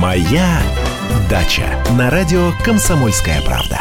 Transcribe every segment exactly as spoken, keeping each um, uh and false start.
Моя дача на радио «Комсомольская правда».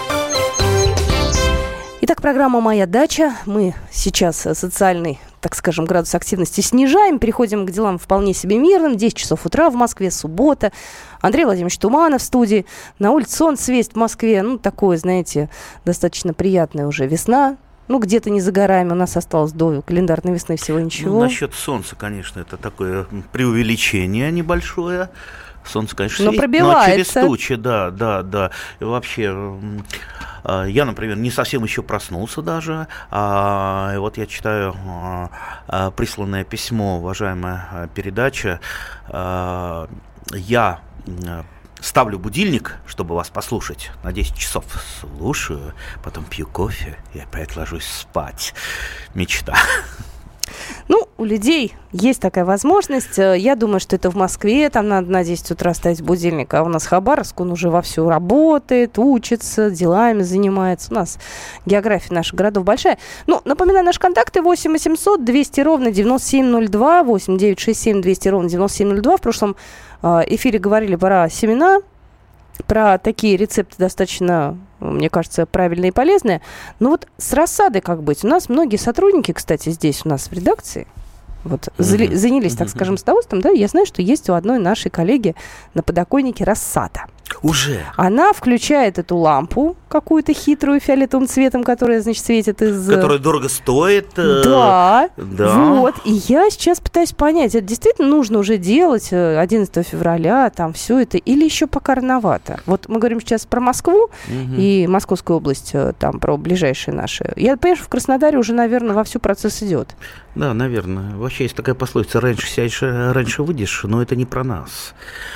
Итак, программа «Моя дача». Мы сейчас социальный, так скажем, градус активности снижаем. Переходим к делам вполне себе мирным. десять часов утра в Москве, суббота. Андрей Владимирович Туманов в студии. На улице солнце светит в Москве. Ну, такое, знаете, достаточно приятная уже весна. Ну, где-то не за горами. У нас осталось до календарной весны всего ничего. Ну, насчет солнца, конечно, это такое преувеличение небольшое. Солнце, конечно, но светит, пробивается. Но через тучи, да, да, да. И вообще, я, например, не совсем еще проснулся даже. А, и вот я читаю а, присланное письмо, уважаемая передача. А, я ставлю будильник, чтобы вас послушать, на десять часов. Слушаю, потом пью кофе и опять ложусь спать. Мечта. Ну, у людей есть такая возможность. Я думаю, что это в Москве, там надо на десять утра ставить будильник, а у нас Хабаровск, он уже вовсю работает, учится, делами занимается. У нас география наших городов большая. Ну, напоминаю, наши контакты восемь восемьсот двести ровно девяносто семь ноль два, восемь девятьсот шестьдесят семь двести ровно девяносто семь ноль два. В прошлом эфире говорили про семена, про такие рецепты достаточно, мне кажется, правильные и полезные. Но вот с рассадой как быть? У нас многие сотрудники, кстати, здесь у нас в редакции, вот, mm-hmm. занялись, так mm-hmm. скажем, садоводством, да, я знаю, что есть у одной нашей коллеги на подоконнике рассада. Уже? Она включает эту лампу какую-то хитрую фиолетовым цветом, которая, значит, светит из... Которая дорого стоит. Да, да. Вот. И я сейчас пытаюсь понять, это действительно нужно уже делать одиннадцатого февраля, там все это, или еще пока рановато? Вот мы говорим сейчас про Москву угу. и Московскую область, там, про ближайшие наши. Я понимаю, что в Краснодаре уже, наверное, вовсю процесс идет. Да, наверное. Вообще есть такая пословица: раньше сядешь, раньше выйдешь, но это не про нас.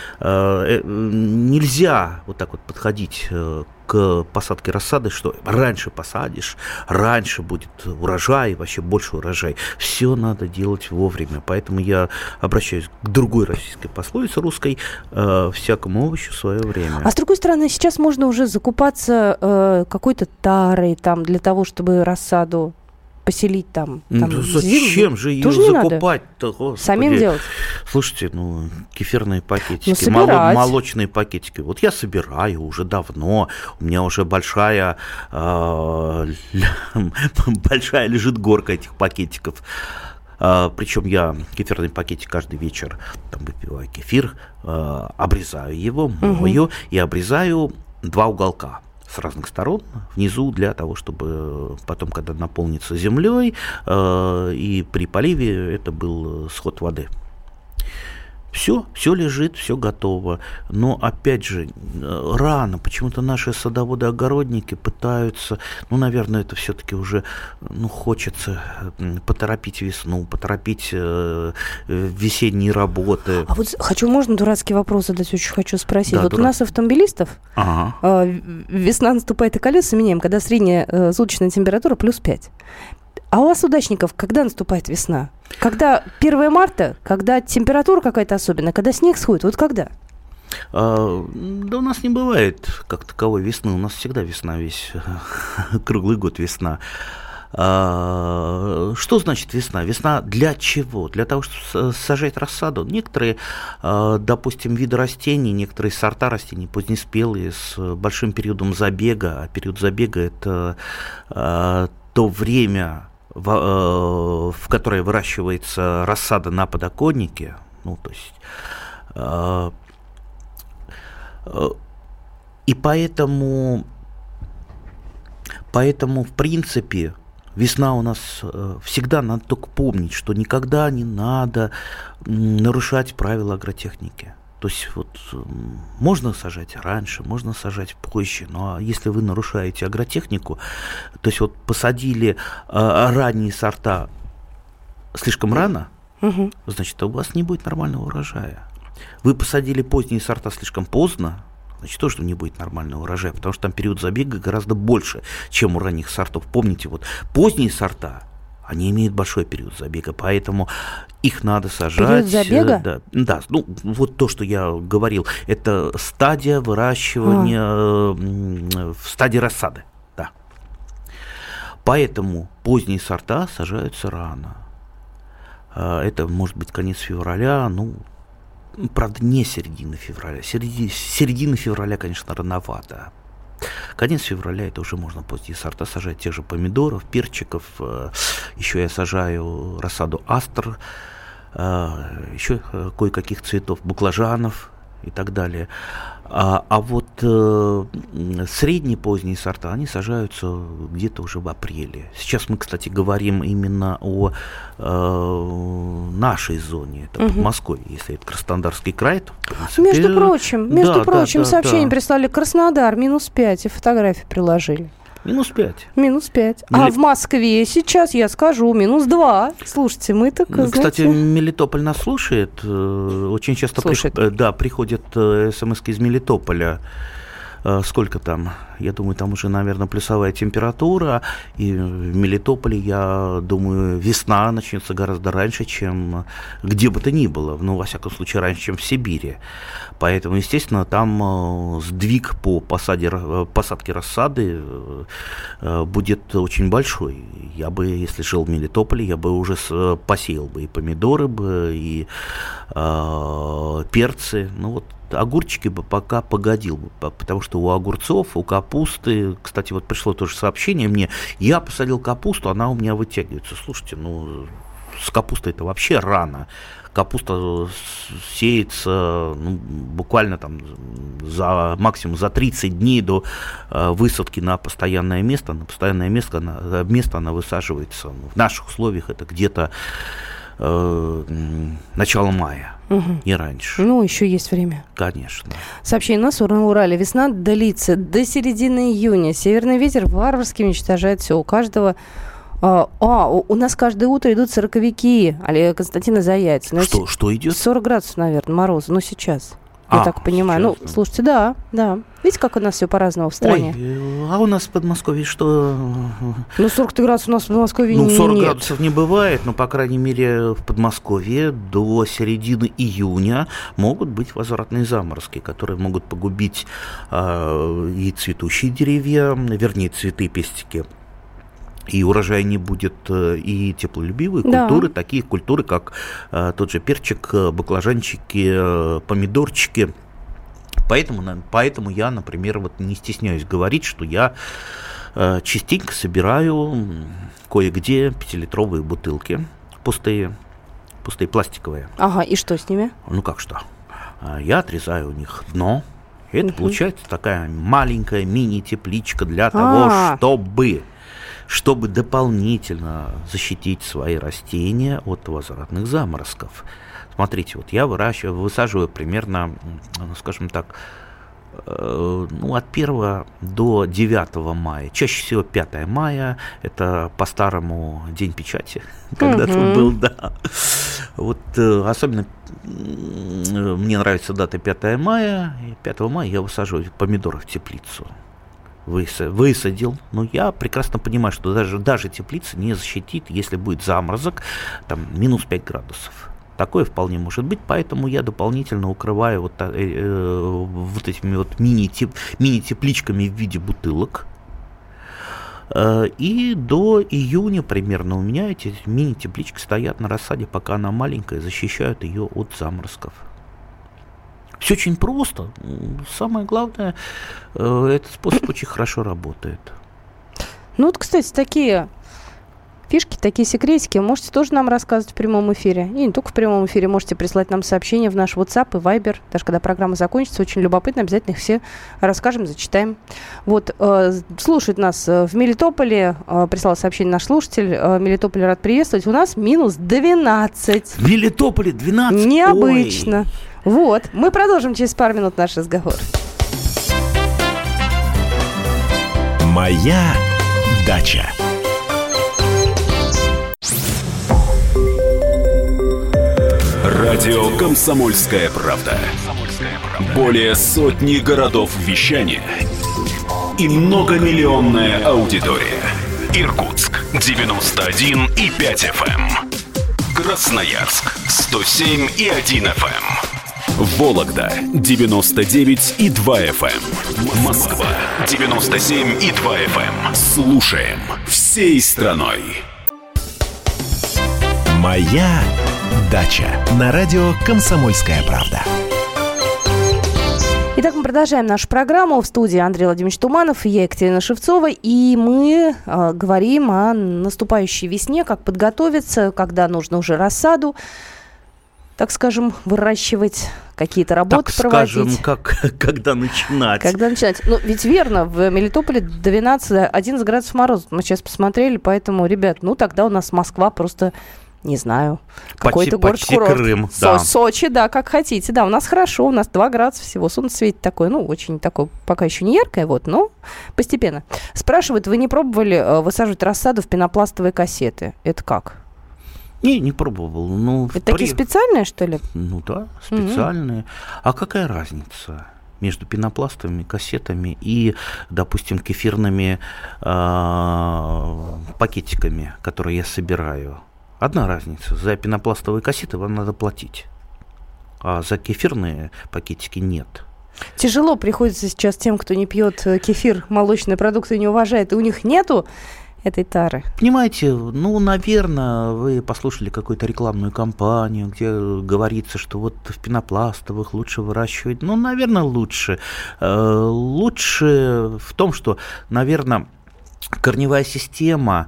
Нельзя вот так вот подходить к посадке рассады, что раньше посадишь, раньше будет урожай, вообще больше урожай. Все надо делать вовремя. Поэтому я обращаюсь к другой российской пословице русской: всякому овощу свое время. А с другой стороны, сейчас можно уже закупаться э, какой-то тарой там, для того, чтобы рассаду поселить там. там ну, зачем же ее закупать-то? Самим делать? Слушайте, ну, кефирные пакетики, ну, мол- молочные пакетики. Вот я собираю уже давно. У меня уже большая, э, большая лежит горка этих пакетиков. Uh, причем я кефирный пакетик каждый вечер там выпиваю кефир, uh, обрезаю его, мою uh-huh. и обрезаю два уголка с разных сторон внизу для того, чтобы потом, когда наполнится землей, uh, и при поливе это был сход воды. Все, все лежит, все готово. Но, опять же, рано. Почему-то наши садоводы-огородники пытаются, ну, наверное, это все-таки уже, ну, хочется поторопить весну, поторопить э, весенние работы. А вот хочу, можно дурацкий вопрос задать? Очень хочу спросить. Да, вот дурак. У нас автомобилистов ага. э, весна наступает и колеса меняем, когда средняя э, суточная температура плюс пять. А у вас, у дачников, когда наступает весна? Когда первое марта, когда температура какая-то особенная, когда снег сходит, вот когда? А, да у нас не бывает как таковой весны, у нас всегда весна, весь круглый год весна. А, что значит весна? Весна для чего? Для того, чтобы сажать рассаду. Некоторые, допустим, виды растений, некоторые сорта растений позднеспелые с большим периодом забега, а период забега – это то время, в, в которое выращивается рассада на подоконнике, ну, то есть, э, э, и поэтому, поэтому, в принципе, весна у нас э, всегда, надо только помнить, что никогда не надо м, нарушать правила агротехники. То есть вот можно сажать раньше, можно сажать позже, но если вы нарушаете агротехнику, то есть вот посадили э, ранние сорта слишком рано, угу. значит, у вас не будет нормального урожая. Вы посадили поздние сорта слишком поздно, значит, тоже не будет нормального урожая, потому что там период забега гораздо больше, чем у ранних сортов. Помните, вот поздние сорта, они имеют большой период забега, поэтому их надо сажать. Период забега? Да, да, ну вот то, что я говорил, это стадия выращивания, а. в стадии рассады, да. Поэтому поздние сорта сажаются рано. Это может быть конец февраля, ну, правда, не середина февраля. Середи, середина февраля, конечно, рановато. Конец февраля это уже можно поздние сорта сажать, тех же помидоров, перчиков. Еще я сажаю рассаду астр, еще кое-каких цветов, баклажанов и так далее. А, а вот э, средние поздние сорта, они сажаются где-то уже в апреле. Сейчас мы, кстати, говорим именно о э, нашей зоне, это угу. Подмосковье, если это Краснодарский край. То, в принципе, между прочим, между да, прочим, да, да, сообщение да. прислали: Краснодар, минус пять, и фотографии приложили. Минус пять. Минус пять. Мели... А в Москве сейчас, я скажу, минус два. Слушайте, мы так, знаете... Кстати, Мелитополь нас слушает. Очень часто слушает. При... да, приходят смс-ки из Мелитополя. Сколько там? Я думаю, там уже, наверное, плюсовая температура. И в Мелитополе, я думаю, весна начнется гораздо раньше, чем где бы то ни было. Ну, во всяком случае, раньше, чем в Сибири. Поэтому, естественно, там сдвиг по посаде, посадке рассады будет очень большой. Я бы, если жил в Мелитополе, я бы уже посеял бы и помидоры бы, и э, перцы. Ну, вот огурчики бы пока погодил бы, потому что у огурцов, у капусты, кстати, вот пришло тоже сообщение мне, я посадил капусту, она у меня вытягивается. Слушайте, ну, с капустой это вообще рано. Капуста сеется ну, буквально там за максимум за тридцать дней до э, высадки на постоянное место. На постоянное место она, место она высаживается. В наших условиях это где-то э, начало мая, угу. не раньше. Ну, еще есть время. Конечно. Сообщение на Сорном Урале. Весна длится до середины июня. Северный ветер варварски уничтожает все. У каждого... А, а, у нас каждое утро идут сороковики, Олега Константина Заяц. Что, что идет? сорок градусов, наверное, мороза. Ну, сейчас. Я а, так понимаю. сейчас, ну, слушайте, да, да. Видите, как у нас все по-разному в стране? Ой, а у нас в Подмосковье что? Ну, сорок градусов у нас в Подмосковье нет. Ну, сорок градусов не бывает, но, по крайней мере, в Подмосковье до середины июня могут быть возвратные заморозки, которые могут погубить э, и цветущие деревья, вернее, цветы, пестики. И урожай не будет, и теплолюбивые да. культуры, такие культуры, как э, тот же перчик, баклажанчики, э, помидорчики. Поэтому, поэтому я, например, вот не стесняюсь говорить, что я э, частенько собираю кое-где пятилитровые бутылки, пустые, пустые пластиковые. Ага, и что с ними? Ну как что? Я отрезаю у них дно. И это угу. получается такая маленькая мини-тепличка для того, А-а-а. чтобы... чтобы дополнительно защитить свои растения от возвратных заморозков. Смотрите, вот я выращиваю, высаживаю примерно, ну, скажем так, э, ну, от первого до девятого мая. Чаще всего пятое мая, это по-старому День печати, когда-то mm-hmm. был, да. Вот э, особенно э, мне нравится дата пятое мая, и пятого мая я высаживаю помидоры в теплицу. Высадил, но я прекрасно понимаю, что даже, даже теплица не защитит, если будет заморозок, там, минус пять градусов. Такое вполне может быть, поэтому я дополнительно укрываю вот, э, э, вот этими вот мини-теп, мини-тепличками в виде бутылок. Э, и до июня примерно у меня эти мини-теплички стоят на рассаде, пока она маленькая, защищают ее от заморозков. Все очень просто. Самое главное, э, этот способ очень хорошо работает. Ну вот, кстати, такие фишки, такие секретики можете тоже нам рассказывать в прямом эфире. И не только в прямом эфире. Можете прислать нам сообщения в наш WhatsApp и Viber. Даже когда программа закончится, очень любопытно. Обязательно их все расскажем, зачитаем. Вот, э, слушает нас в Мелитополе. Э, прислал сообщение наш слушатель. Э, Мелитополь рад приветствовать. У нас минус двенадцать. В Мелитополе двенадцать? Необычно. Ой. Вот. Мы продолжим через пару минут наш разговор. Моя дача. Радио «Комсомольская правда». Более сотни городов вещания и многомиллионная аудитория. Иркутск девяносто один и пять эф эм. Красноярск сто семь и один эф эм. Вологда девяносто девять и два эф эм. Москва девяносто семь и два эф эм. Слушаем всей страной. Моя Дача на радио «Комсомольская правда». Итак, мы продолжаем нашу программу. В студии Андрей Владимирович Туманов и я, Екатерина Шевцова. И мы э, говорим о наступающей весне, как подготовиться, когда нужно уже рассаду, так скажем, выращивать, какие-то работы так проводить. Так скажем, как, когда начинать. Когда начинать. Ну, ведь верно, в Мелитополе двенадцать-одиннадцать градусов мороза. Мы сейчас посмотрели, поэтому, ребят, ну, тогда у нас Москва просто... Не знаю, какой-то город-курорт. Крым, Со- да. Сочи, да, как хотите. Да, у нас хорошо, у нас два градуса всего. Солнце светит такое, ну, очень такое, пока еще не яркое, вот, но постепенно. Спрашивают, вы не пробовали э, высаживать рассаду в пенопластовые кассеты? Это как? Не, не пробовал. Ну, Это такие при... специальные, что ли? Ну да, специальные. Mm-hmm. А какая разница между пенопластовыми кассетами и, допустим, кефирными э, пакетиками, которые я собираю? Одна разница. За пенопластовые кассеты вам надо платить, а за кефирные пакетики нет. Тяжело приходится сейчас тем, кто не пьет кефир, молочные продукты не уважает, и у них нету этой тары. Понимаете, ну, наверное, вы послушали какую-то рекламную кампанию, где говорится, что вот в пенопластовых лучше выращивать. Ну, наверное, лучше. Лучше в том, что, наверное, корневая система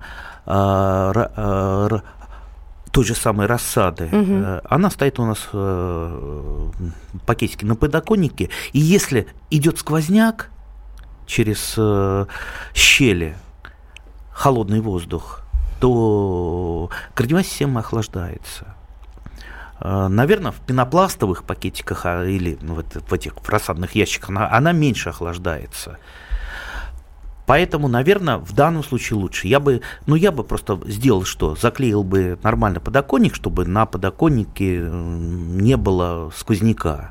той же самой рассады, угу. она стоит у нас в пакетике на подоконнике, и если идет сквозняк через щели, холодный воздух, то корневая система охлаждается. Наверное, в пенопластовых пакетиках или в, в этих в рассадных ящиках она, она меньше охлаждается. Поэтому, наверное, в данном случае лучше. Я бы, ну, я бы просто сделал что? Заклеил бы нормально подоконник, чтобы на подоконнике не было сквозняка.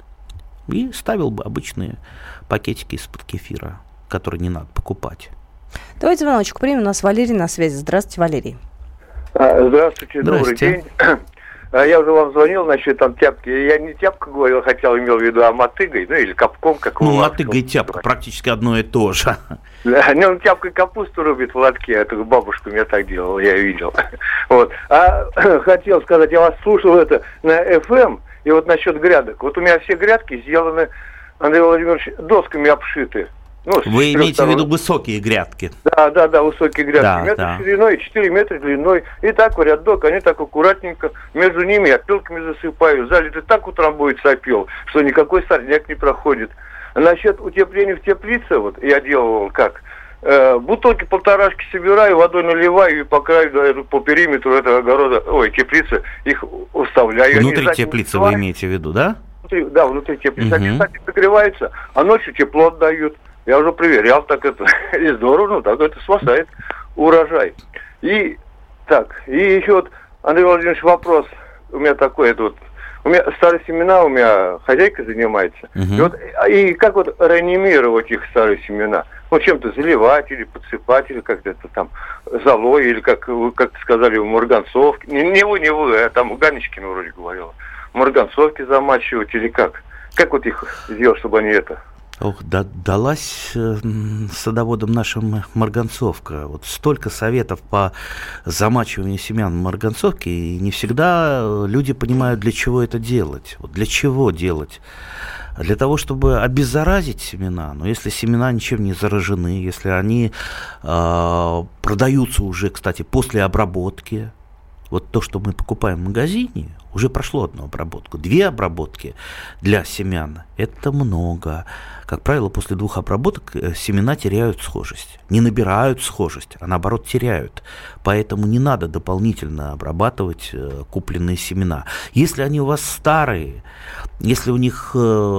И ставил бы обычные пакетики из-под кефира, которые не надо покупать. Давайте звоночек примем. У нас Валерий на связи. Здравствуйте, Валерий. Здравствуйте, добрый Здравствуйте. день. Я уже вам звонил насчет там тяпки. Я не тяпка говорил, хотел, имел в виду, а мотыгой, ну или капком, как ну, у вас. Мотыга и тяпка практически одно и то же. Да, ну, тяпкой капусту рубит в лотке, это бабушка у меня так делала, я видел. Вот. А хотел сказать, я вас слушал это на эф эм, и вот насчет грядок. Вот у меня все грядки сделаны, Андрей Владимирович, досками обшиты. Ну, вы имеете в виду высокие грядки? Да, да, да, высокие грядки. Да, метр да. шириной, четыре метра длиной. И так в рядок, они так аккуратненько. Между ними опилками засыпаю. Залито так утрамбуется опил, что никакой сорняк не проходит. А насчет утепления в теплице, вот я делал как? Э, бутылки полторашки собираю, водой наливаю и по краю, по периметру этого огорода, ой, теплицы, их уставляю. Внутри теплицы вы имеете в виду, да? Внутри, да, внутри теплицы. Угу. Они, кстати, согреваются, а ночью тепло отдают. Я уже проверял, так это и здорово, ну так это спасает урожай. И так, и еще вот, Андрей Владимирович, вопрос у меня такой, это вот, у меня старые семена, у меня хозяйка занимается. Uh-huh. И, вот, и как вот реанимировать их старые семена? Ну, чем-то заливать или подсыпать, или как-то это там золой, или как вы как-то сказали, в марганцовке. Не, не вы, не вы, а там Ганечкина вроде говорила. В марганцовке замачивать или как? Как вот их сделать, чтобы они это... Ох, да, далась э, садоводам нашим марганцовка. Вот столько советов по замачиванию семян в марганцовке, и не всегда люди понимают, для чего это делать. Вот для чего делать? Для того, чтобы обеззаразить семена. Но если семена ничем не заражены, если они э, продаются уже, кстати, после обработки, вот то, что мы покупаем в магазине, уже прошло одну обработку. Две обработки для семян – это много. Как правило, после двух обработок семена теряют схожесть. Не набирают схожесть, а наоборот теряют. Поэтому не надо дополнительно обрабатывать купленные семена. Если они у вас старые, если у них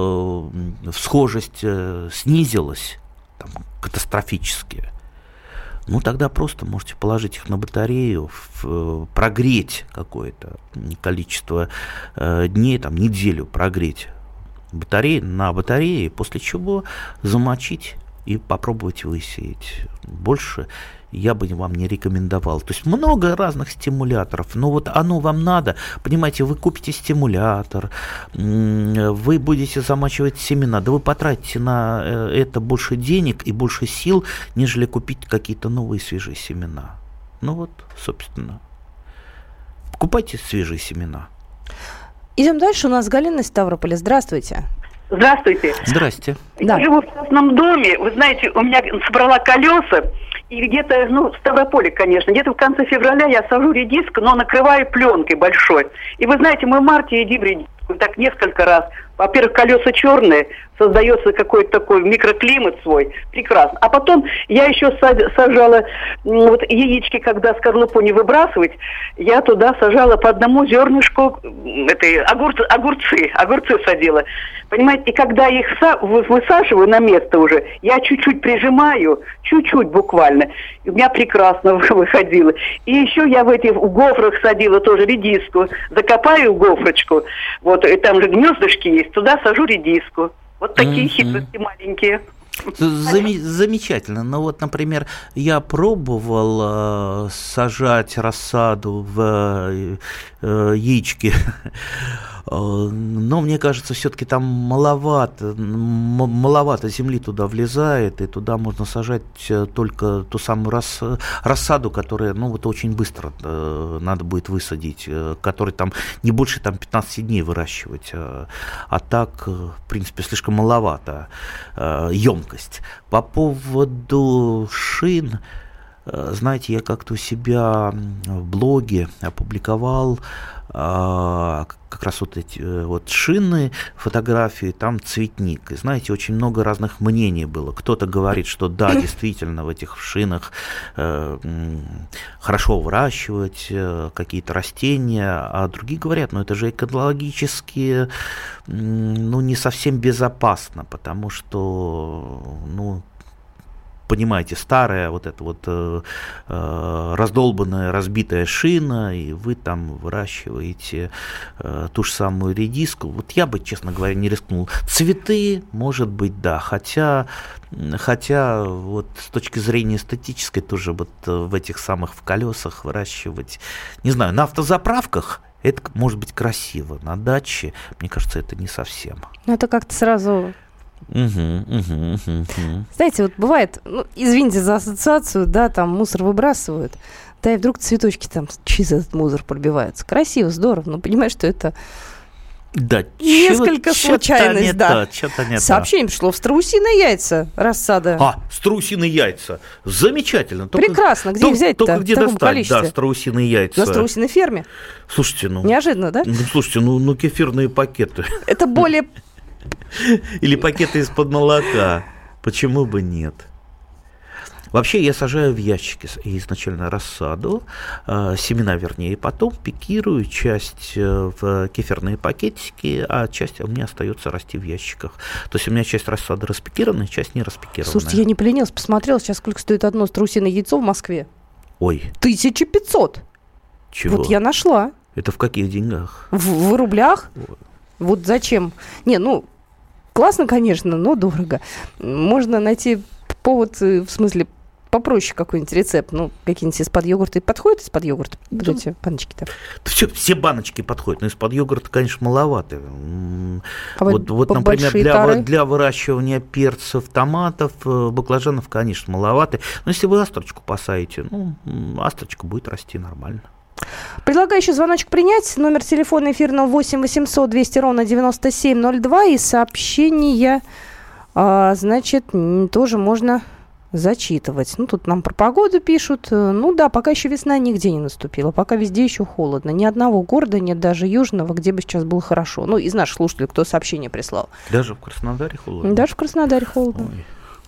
схожесть снизилась там, катастрофически, ну, тогда просто можете положить их на батарею, в, прогреть какое-то количество э, дней, там, неделю прогреть батареи, на батарее, после чего замочить и попробовать высеять. Больше я бы вам не рекомендовал. То есть много разных стимуляторов, но вот оно вам надо. Понимаете, вы купите стимулятор, вы будете замачивать семена, да вы потратите на это больше денег и больше сил, нежели купить какие-то новые свежие семена. Ну вот, собственно, покупайте свежие семена. Идем дальше. У нас Галина из Ставрополя. Здравствуйте. Здравствуйте. Здрасте. Да. Я живу в частном доме. Вы знаете, у меня собрала колеса. И где-то, ну, в Ставрополе, конечно, где-то в конце февраля я сажу редиск, но накрываю пленкой большой. И вы знаете, мы в марте едим редиску так несколько раз. Во-первых, колеса черные, создается какой-то такой микроклимат свой, прекрасно. А потом я еще сажала вот яички, когда скорлупу не выбрасывать, я туда сажала по одному зернышку этой огурцы, огурцы, огурцы садила. Понимаете, и когда их высаживаю на место уже, я чуть-чуть прижимаю, чуть-чуть буквально, и у меня прекрасно выходило. И еще я в этих в гофрах садила тоже редиску, закопаю гофрочку, вот, и там же гнездышки есть, туда сажу редиску. Вот такие mm-hmm. хитрости маленькие. Зам- замечательно. Ну вот, например, я пробовал э, сажать рассаду в э, яички, но мне кажется, все-таки там маловато, м- маловато земли туда влезает, и туда можно сажать только ту самую рас- рассаду, которая, ну вот очень быстро э, надо будет высадить, э, которой там не больше там пятнадцать дней выращивать, э, а так, э, в принципе, слишком маловато э, емкость. По поводу шин, знаете, я как-то у себя в блоге опубликовал а, как раз вот эти вот шины, фотографии, там цветник. И знаете, очень много разных мнений было. Кто-то говорит, что да, действительно, в этих шинах э, хорошо выращивать э, какие-то растения, а другие говорят, ну это же экологически, э, ну, не совсем безопасно, потому что, ну, понимаете, старая вот эта вот э, э, раздолбанная, разбитая шина, и вы там выращиваете э, ту же самую редиску. Вот я бы, честно говоря, не рискнул. Цветы, может быть, да, хотя, хотя вот с точки зрения эстетической тоже вот в этих самых в колесах выращивать, не знаю, на автозаправках это может быть красиво, на даче, мне кажется, это не совсем. Ну, это как-то сразу... Угу, угу, угу, угу. Знаете, вот бывает, ну, извините за ассоциацию, да, там мусор выбрасывают, да, и вдруг цветочки там через этот мусор пробиваются. Красиво, здорово, но понимаешь, что это да, несколько случайность, да. То, сообщение пришло: в страусиные яйца рассада. А, страусиные яйца. Замечательно. Только, прекрасно. Где только, взять-то только где в таком достать, количестве? Да, страусиные яйца. На страусиной ферме. Слушайте, ну... Неожиданно, да? Ну, слушайте, ну, ну кефирные пакеты. Это более... Или пакеты из-под молока. Почему бы нет? Вообще я сажаю в ящики изначально рассаду, э, семена вернее, потом пикирую часть э, в кефирные пакетики, а часть у меня остается расти в ящиках. То есть у меня часть рассады распикированная, часть не распикированная. Слушайте, я не поленилась, посмотрела сейчас, сколько стоит одно страусиное яйцо в Москве. Ой. тысяча пятьсот. Чего? Вот я нашла. Это в каких деньгах? В, в рублях. Ой. Вот зачем? Не, ну, классно, конечно, но дорого. Можно найти повод, в смысле, попроще какой-нибудь рецепт. Ну, какие-нибудь из-под йогурта. И подходят из-под йогурта? Вот да. Эти баночки-то. Все, все баночки подходят, но из-под йогурта, конечно, маловато. А вот, вот например, для, для выращивания перцев, томатов, баклажанов, конечно, маловато. Но если вы астрочку посадите, ну, астрочка будет расти нормально. Предлагаю еще звоночек принять. Номер телефона эфирного восемь восемьсот двести ровно девяносто семь ноль два. И сообщения, а, значит, тоже можно зачитывать. Ну, тут нам про погоду пишут. Ну да, пока еще весна нигде не наступила. Пока везде еще холодно. Ни одного города нет, даже южного, где бы сейчас было хорошо. Ну, из наших слушателей, кто сообщение прислал. Даже в Краснодаре холодно? Даже в Краснодаре холодно. Ой.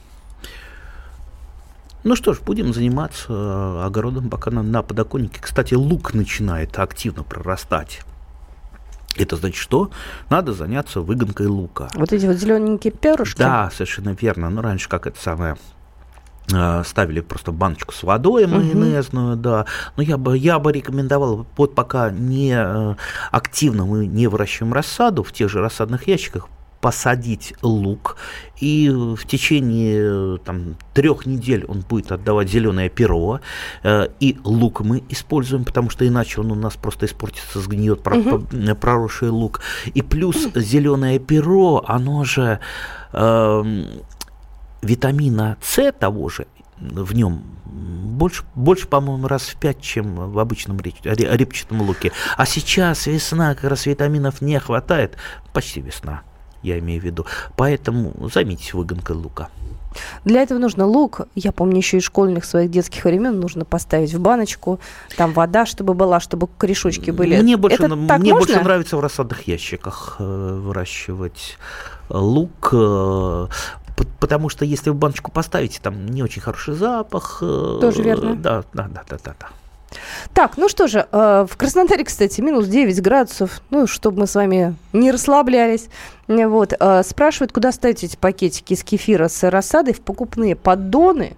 Ну что ж, будем заниматься огородом пока на, на подоконнике. Кстати, лук начинает активно прорастать. Это значит что? Надо заняться выгонкой лука. Вот эти вот зелененькие перышки? Да, совершенно верно. Ну, раньше как это самое... ставили просто баночку с водой майонезную, uh-huh. да. Но я бы, я бы рекомендовал, вот пока не активно мы не выращиваем рассаду, в тех же рассадных ящиках посадить лук, и в течение там, трех недель он будет отдавать зеленое перо, э, и лук мы используем, потому что иначе он у нас просто испортится, сгниет uh-huh. проросший лук. И плюс uh-huh. зеленое перо, оно же... Э, витамина С того же в нем больше, больше, по-моему, раз в пять, чем в обычном репчатом луке. А сейчас весна, как раз витаминов не хватает. Почти весна, я имею в виду. Поэтому займитесь выгонкой лука. Для этого нужно лук. Я помню еще из школьных своих детских времен. Нужно поставить в баночку. Там вода, чтобы была, чтобы корешочки были. Мне больше, Это мне больше нравится в рассадных ящиках э, выращивать лук. Э, Потому что если в баночку поставите, там не очень хороший запах. Тоже верно. Да, да, да, да, да. Так, ну что же, в Краснодаре, кстати, минус девять градусов, ну, чтобы мы с вами не расслаблялись. Вот, спрашивают, куда ставить эти пакетики из кефира с рассадой в покупные поддоны?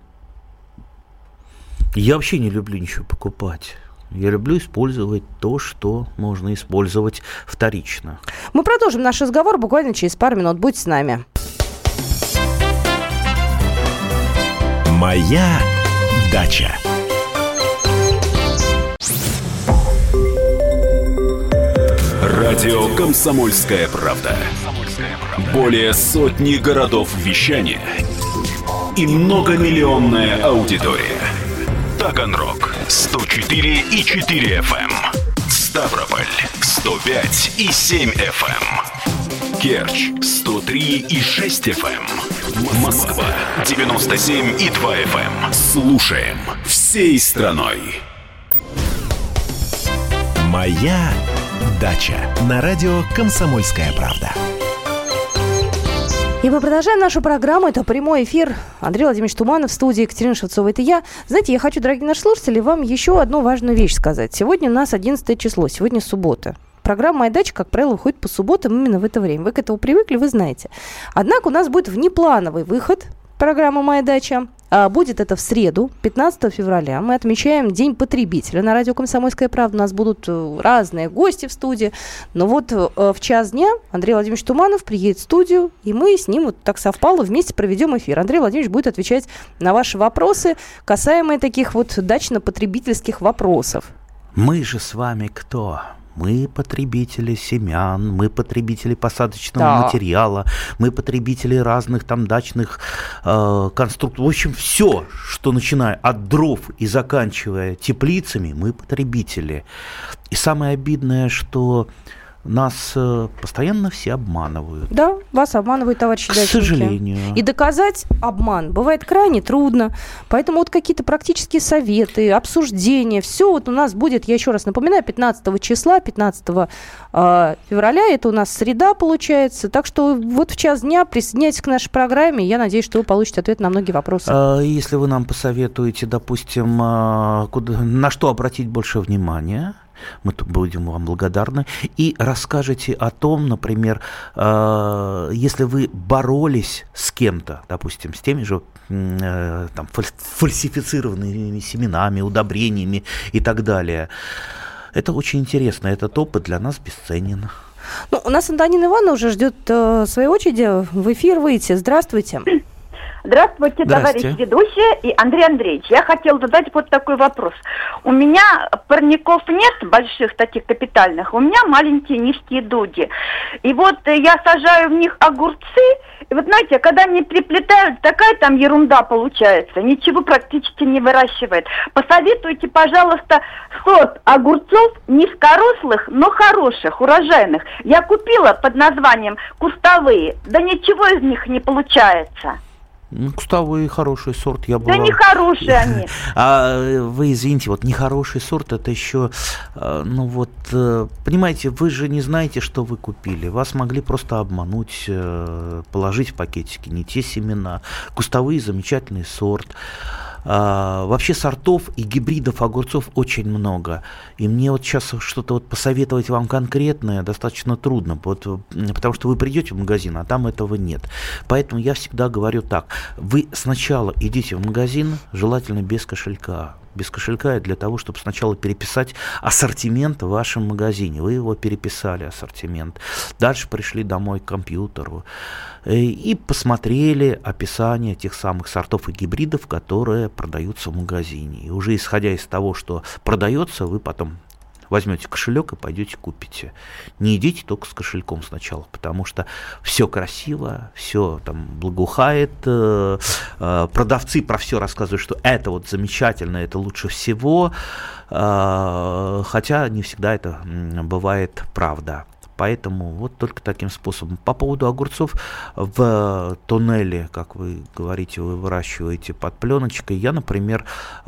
Я вообще не люблю ничего покупать. Я люблю использовать то, что можно использовать вторично. Мы продолжим наш разговор буквально через пару минут. Будьте с нами. Моя дача. Радио «Комсомольская правда». Более сотни городов вещания и многомиллионная аудитория. Таганрог сто четыре и четыре эф эм, Ставрополь сто пять и семь эф эм, Керчь сто три и шесть эф эм, Москва девяносто семь и два эф эм. Слушаем всей страной. Моя дача на радио «Комсомольская правда». И мы продолжаем нашу программу. Это прямой эфир. Андрей Владимирович Туманов в студии, Екатерина Шевцова. Это я. Знаете, я хочу, дорогие наши слушатели, вам еще одну важную вещь сказать. Сегодня у нас одиннадцатое число, сегодня суббота. Программа «Моя дача», как правило, выходит по субботам именно в это время. Вы к этому привыкли, вы знаете. Однако у нас будет внеплановый выход программы «Моя дача». Будет это в среду, пятнадцатого февраля. Мы отмечаем День потребителя. На радио «Комсомольская правда» у нас будут разные гости в студии. Но вот в час дня Андрей Владимирович Туманов приедет в студию, и мы с ним, вот так совпало, вместе проведем эфир. Андрей Владимирович будет отвечать на ваши вопросы, касаемые таких вот дачно-потребительских вопросов. Мы же с вами кто? Мы потребители семян, мы потребители посадочного да. материала, мы потребители разных там дачных э, конструкций. В общем, все, что начиная от дров и заканчивая теплицами, мы потребители. И самое обидное, что нас э, постоянно все обманывают. Да, вас обманывают, товарищи дачники. К сожалению. И доказать обман бывает крайне трудно. Поэтому вот какие-то практические советы, обсуждения, все вот у нас будет, я еще раз напоминаю, пятнадцатого числа, пятнадцатого э, февраля, это у нас среда получается. Так что вот в час дня присоединяйтесь к нашей программе, я надеюсь, что вы получите ответ на многие вопросы. А, если вы нам посоветуете, допустим, куда, на что обратить больше внимания, мы будем вам благодарны. И расскажите о том, например, э, если вы боролись с кем-то, допустим, с теми же э, там, фальсифицированными семенами, удобрениями и так далее. Это очень интересно. Этот опыт для нас бесценен. Ну, у нас Антонина Ивановна уже ждет э, своей очереди в эфир выйти. Здравствуйте. Здравствуйте, товарищ ведущий и Андрей Андреевич. Я хотела задать вот такой вопрос. У меня парников нет больших, таких капитальных, у меня маленькие низкие дуги. И вот я сажаю в них огурцы, и вот знаете, когда они приплетают, такая там ерунда получается, ничего практически не выращивает. Посоветуйте, пожалуйста, сорт огурцов низкорослых, но хороших, урожайных. Я купила под названием кустовые, да ничего из них не получается. Кустовый хороший сорт, я бы... Да не хорошие они. А вы извините, вот нехороший сорт, это еще, ну вот, понимаете, вы же не знаете, что вы купили. Вас могли просто обмануть, положить в пакетики не те семена. Кустовые замечательный сорт. А, вообще сортов и гибридов огурцов очень много. И мне вот сейчас что-то вот посоветовать вам конкретное достаточно трудно, вот, потому что вы придете в магазин, а там этого нет. Поэтому я всегда говорю так. Вы сначала идите в магазин, желательно без кошелька. Без кошелька для того, чтобы сначала переписать ассортимент в вашем магазине. Вы его переписали, ассортимент. Дальше пришли домой к компьютеру и посмотрели описание тех самых сортов и гибридов, которые продаются в магазине. И уже исходя из того, что продается, вы потом возьмете кошелек и пойдете купите. Не идите только с кошельком сначала, потому что все красиво, все там благоухает, продавцы про все рассказывают, что это вот замечательно, это лучше всего, хотя не всегда это бывает правда. Поэтому вот только таким способом. По поводу огурцов в тоннеле, как вы говорите, вы выращиваете под пленочкой. Я, например,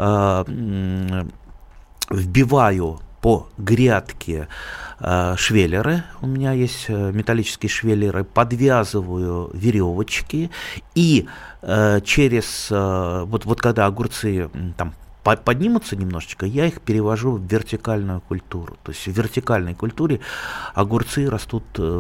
вбиваю по грядке швеллеры, у меня есть металлические швеллеры, подвязываю веревочки и через, вот, вот когда огурцы там поднимутся немножечко, я их перевожу в вертикальную культуру. То есть в вертикальной культуре огурцы растут,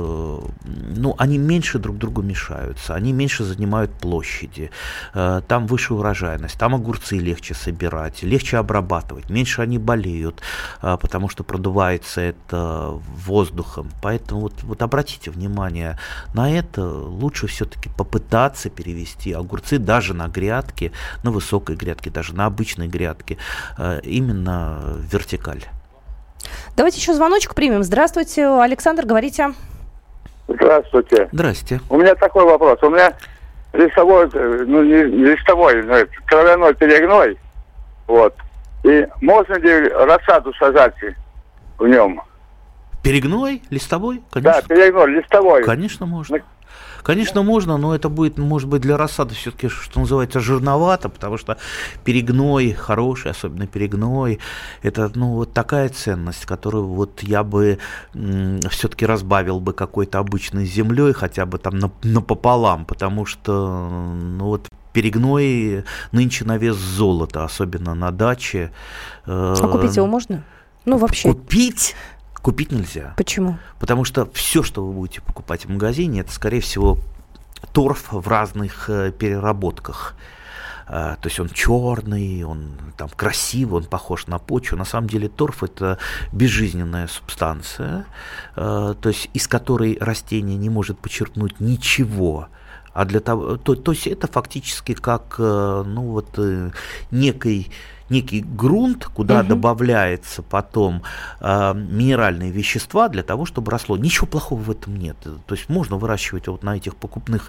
ну, они меньше друг другу мешаются, они меньше занимают площади, там выше урожайность, там огурцы легче собирать, легче обрабатывать, меньше они болеют, потому что продувается это воздухом. Поэтому вот, вот обратите внимание на это, лучше все-таки попытаться перевести огурцы даже на грядки, на высокой грядке, даже на обычной грядке, именно в вертикаль. Давайте еще звоночек примем. Здравствуйте, Александр, говорите. Здравствуйте. Здрасте. У меня такой вопрос. У меня листовой, ну не листовой, но травяной перегной. Вот. И можно ли рассаду сажать в нем? Перегной? Листовой? Конечно. Да, перегной, листовой. Конечно, можно. Конечно, можно, но это будет, может быть, для рассады все-таки, что называется, жирновато, потому что перегной хороший, особенно перегной, это, ну, вот такая ценность, которую вот я бы м- все-таки разбавил бы какой-то обычной землей, хотя бы там напополам, потому что, ну, вот перегной нынче на вес золота, особенно на даче. А купить его можно? Ну, вообще. Купить? Купить нельзя. Почему? Потому что все, что вы будете покупать в магазине, это, скорее всего, торф в разных э, переработках. Э, то есть он черный, он там красивый, он похож на почву. На самом деле торф – это безжизненная субстанция, э, то есть из которой растение не может почерпнуть ничего. А для того, то, то есть это фактически как, э, ну вот, э, некий некий грунт, куда угу. добавляется потом э, минеральные вещества для того, чтобы росло. Ничего плохого в этом нет. То есть можно выращивать вот на этих покупных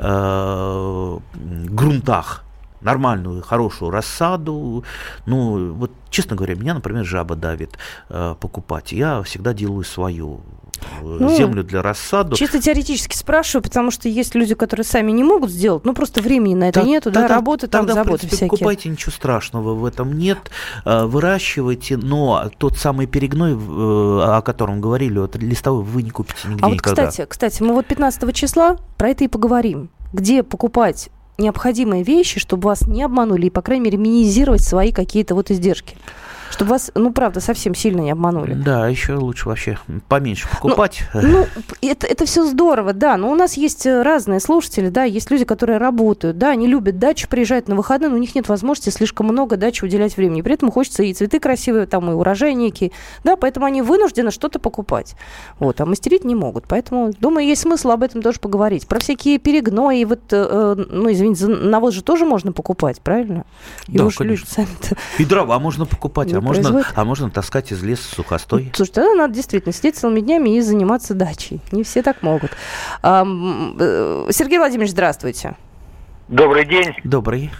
э, грунтах нормальную, хорошую рассаду. Ну, вот, честно говоря, меня, например, жаба давит э, покупать. Я всегда делаю свою ну, землю для рассаду. Чисто теоретически спрашиваю, потому что есть люди, которые сами не могут сделать, ну, просто времени на это да, нету, да, работы там, тогда, заботы в принципе, всякие. Покупайте, ничего страшного в этом нет, выращивайте, но тот самый перегной, о котором говорили, вот, листовой, вы не купите нигде а вот, никогда. Кстати, кстати, мы вот пятнадцатого числа про это и поговорим. Где покупать необходимые вещи, чтобы вас не обманули и, по крайней мере, минимизировать свои какие-то вот издержки. Чтобы вас, ну, правда, совсем сильно не обманули. Да, еще лучше вообще поменьше покупать. Ну, ну это, это все здорово, да, но у нас есть разные слушатели, да, есть люди, которые работают, да, они любят дачу, приезжают на выходные, но у них нет возможности слишком много дачи уделять времени. При этом хочется и цветы красивые, там, и урожайники, да, поэтому они вынуждены что-то покупать. Вот, а мастерить не могут. Поэтому, думаю, есть смысл об этом тоже поговорить. Про всякие перегнои, вот, э, ну, извините, навоз же тоже можно покупать, правильно? Да, Его конечно. И дрова можно покупать, а можно, а можно таскать из леса сухостой. Слушай, тогда надо действительно сидеть целыми днями и заниматься дачей. Не все так могут. А, Сергей Владимирович, здравствуйте. Добрый день. Добрый.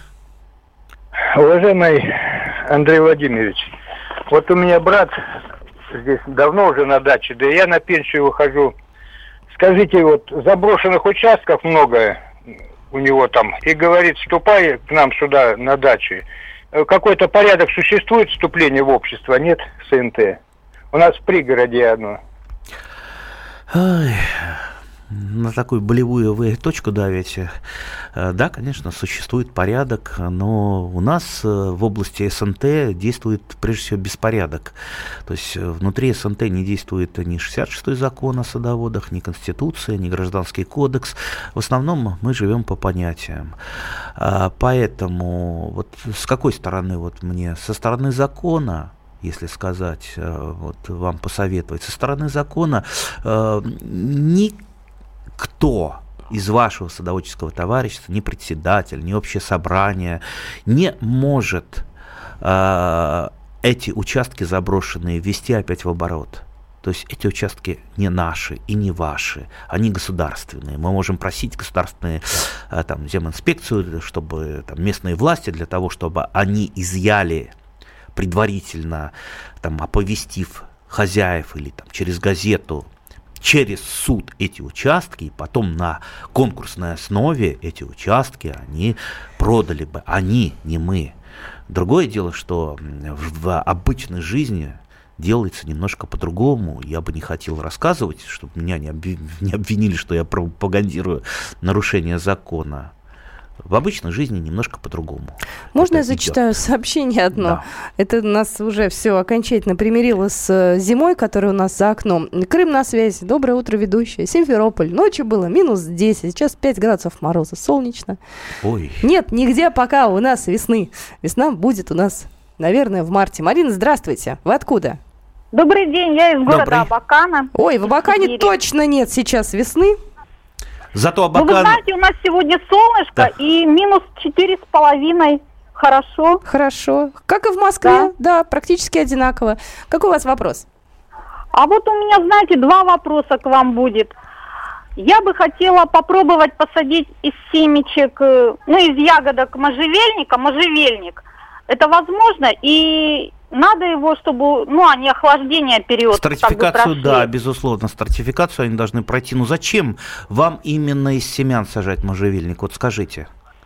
Уважаемый Андрей Владимирович, вот у меня брат здесь давно уже на даче, да я на пенсию выхожу. Скажите, вот заброшенных участков много у него там, и говорит, ступай к нам сюда на дачу. Какой-то порядок существует вступления в общество, нет, СНТ? У нас в пригороде одно. Ой, на такую болевую вы точку давите. Да, конечно, существует порядок, но у нас в области СНТ действует прежде всего беспорядок. То есть внутри СНТ не действует ни шестьдесят шестой закон о садоводах, ни Конституция, ни Гражданский кодекс. В основном мы живем по понятиям. Поэтому вот с какой стороны вот мне? Со стороны закона, если сказать, вот вам посоветовать, со стороны закона никто из вашего садоводческого товарищества, ни председатель, ни общее собрание не может э, эти участки заброшенные ввести опять в оборот. То есть эти участки не наши и не ваши, они государственные. Мы можем просить государственные там, земинспекцию, чтобы там, местные власти, для того, чтобы они изъяли предварительно, там, оповестив хозяев или там, через газету, через суд эти участки, и потом на конкурсной основе эти участки они продали бы. Они, не мы. Другое дело, что в обычной жизни делается немножко по-другому. Я бы не хотел рассказывать, чтобы меня не обвинили, что я пропагандирую нарушение закона. В обычной жизни немножко по-другому. Можно я зачитаю сообщение одно? Да. Это нас уже все окончательно примирило с зимой, которая у нас за окном. Крым на связи. Доброе утро, ведущая. Симферополь. Ночью было минус десять, сейчас пять градусов мороза. Солнечно. Ой. Нет, нигде пока у нас весны. Весна будет у нас, наверное, в марте. Марина, здравствуйте. Вы откуда? Добрый день, я из города Добрый. Абакана. Ой, в Абакане Сибири. Точно нет сейчас весны. Зато Абакан... Ну, вы знаете, у нас сегодня солнышко да. и минус четыре с половиной. Хорошо. Хорошо. Как и в Москве. Да. да, практически одинаково. Какой у вас вопрос? А вот у меня, знаете, два вопроса к вам будет. Я бы хотела попробовать посадить из семечек, ну, из ягодок можжевельника, можжевельник. Это возможно? И надо его, чтобы, ну, они охлаждение период. Стратификацию, как бы, да, безусловно, стратификацию они должны пройти. Но зачем вам именно из семян сажать можжевельник? Вот скажите.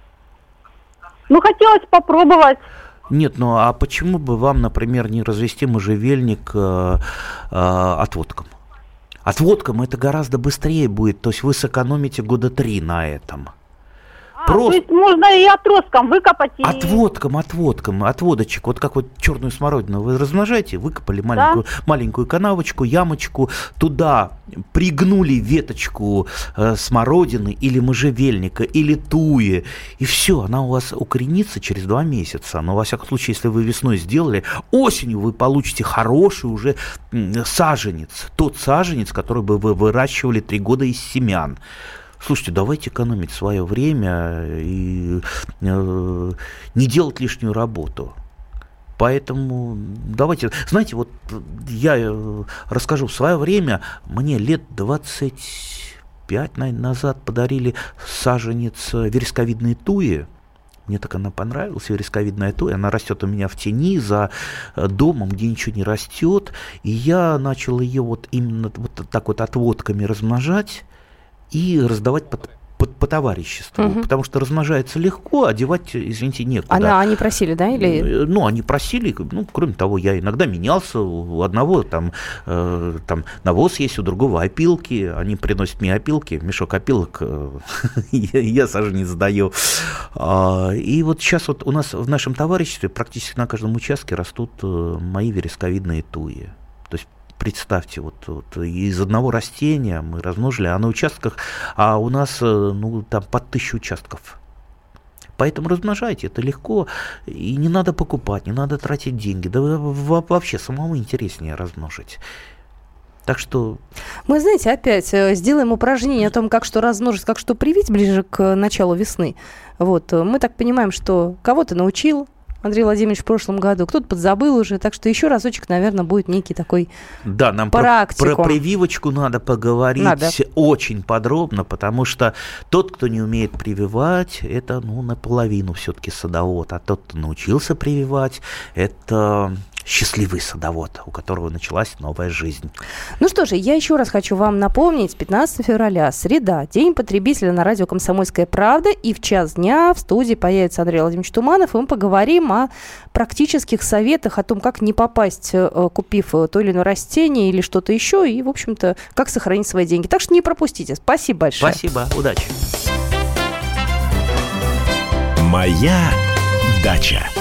Ну, хотелось попробовать. Нет, ну а почему бы вам, например, не развести можжевельник э, э, отводком? Отводком это гораздо быстрее будет, то есть вы сэкономите года три на этом. А, Просто... То есть можно и отростком выкопать. И... Отводком, отводком, отводочек. Вот как вот черную смородину вы размножаете, выкопали маленькую, да? маленькую канавочку, ямочку, туда пригнули веточку э, смородины или можжевельника, или туи, и все, она у вас укоренится через два месяца. Но, во всяком случае, если вы весной сделали, осенью вы получите хороший уже саженец. Тот саженец, который бы вы выращивали три года из семян. Слушайте, давайте экономить свое время и э, не делать лишнюю работу. Поэтому давайте... Знаете, вот я расскажу. В свое время мне лет двадцать пять, наверное, назад подарили саженец вересковидной туи. Мне так она понравилась, вересковидная туя. Она растет у меня в тени, за домом, где ничего не растет. И я начал ее вот именно вот так вот отводками размножать и раздавать по, по, по товариществу, угу. потому что размножается легко, а девать, извините, некуда. Она, они просили, да? Или... Ну, они просили, ну, кроме того, я иногда менялся, у одного там, э, там навоз есть, у другого опилки, они приносят мне опилки, мешок опилок, э, я саженец сдаю. И вот сейчас вот у нас в нашем товариществе практически на каждом участке растут мои вересковидные туи. То есть представьте, вот, вот из одного растения мы размножили, а на участках, а у нас, ну, там под тысячу участков. Поэтому размножайте, это легко, и не надо покупать, не надо тратить деньги, да вообще самому интереснее размножить. Так что... Мы, знаете, опять сделаем упражнение о том, как что размножить, как что привить ближе к началу весны. Вот, мы так понимаем, что кого-то научил Андрей Владимирович в прошлом году, кто-то подзабыл уже, так что еще разочек, наверное, будет некий такой да, нам практикум. Про, про прививочку надо поговорить надо. очень подробно, потому что тот, кто не умеет прививать, это, ну, наполовину все-таки садовод, а тот, кто научился прививать, это... счастливый садовод, у которого началась новая жизнь. Ну что же, я еще раз хочу вам напомнить, пятнадцатого февраля, среда, День потребителя на радио «Комсомольская правда», и в час дня в студии появится Андрей Владимирович Туманов, и мы поговорим о практических советах, о том, как не попасть, купив то или иное растение или что-то еще, и, в общем-то, как сохранить свои деньги. Так что не пропустите. Спасибо большое. Спасибо, удачи. «Моя дача».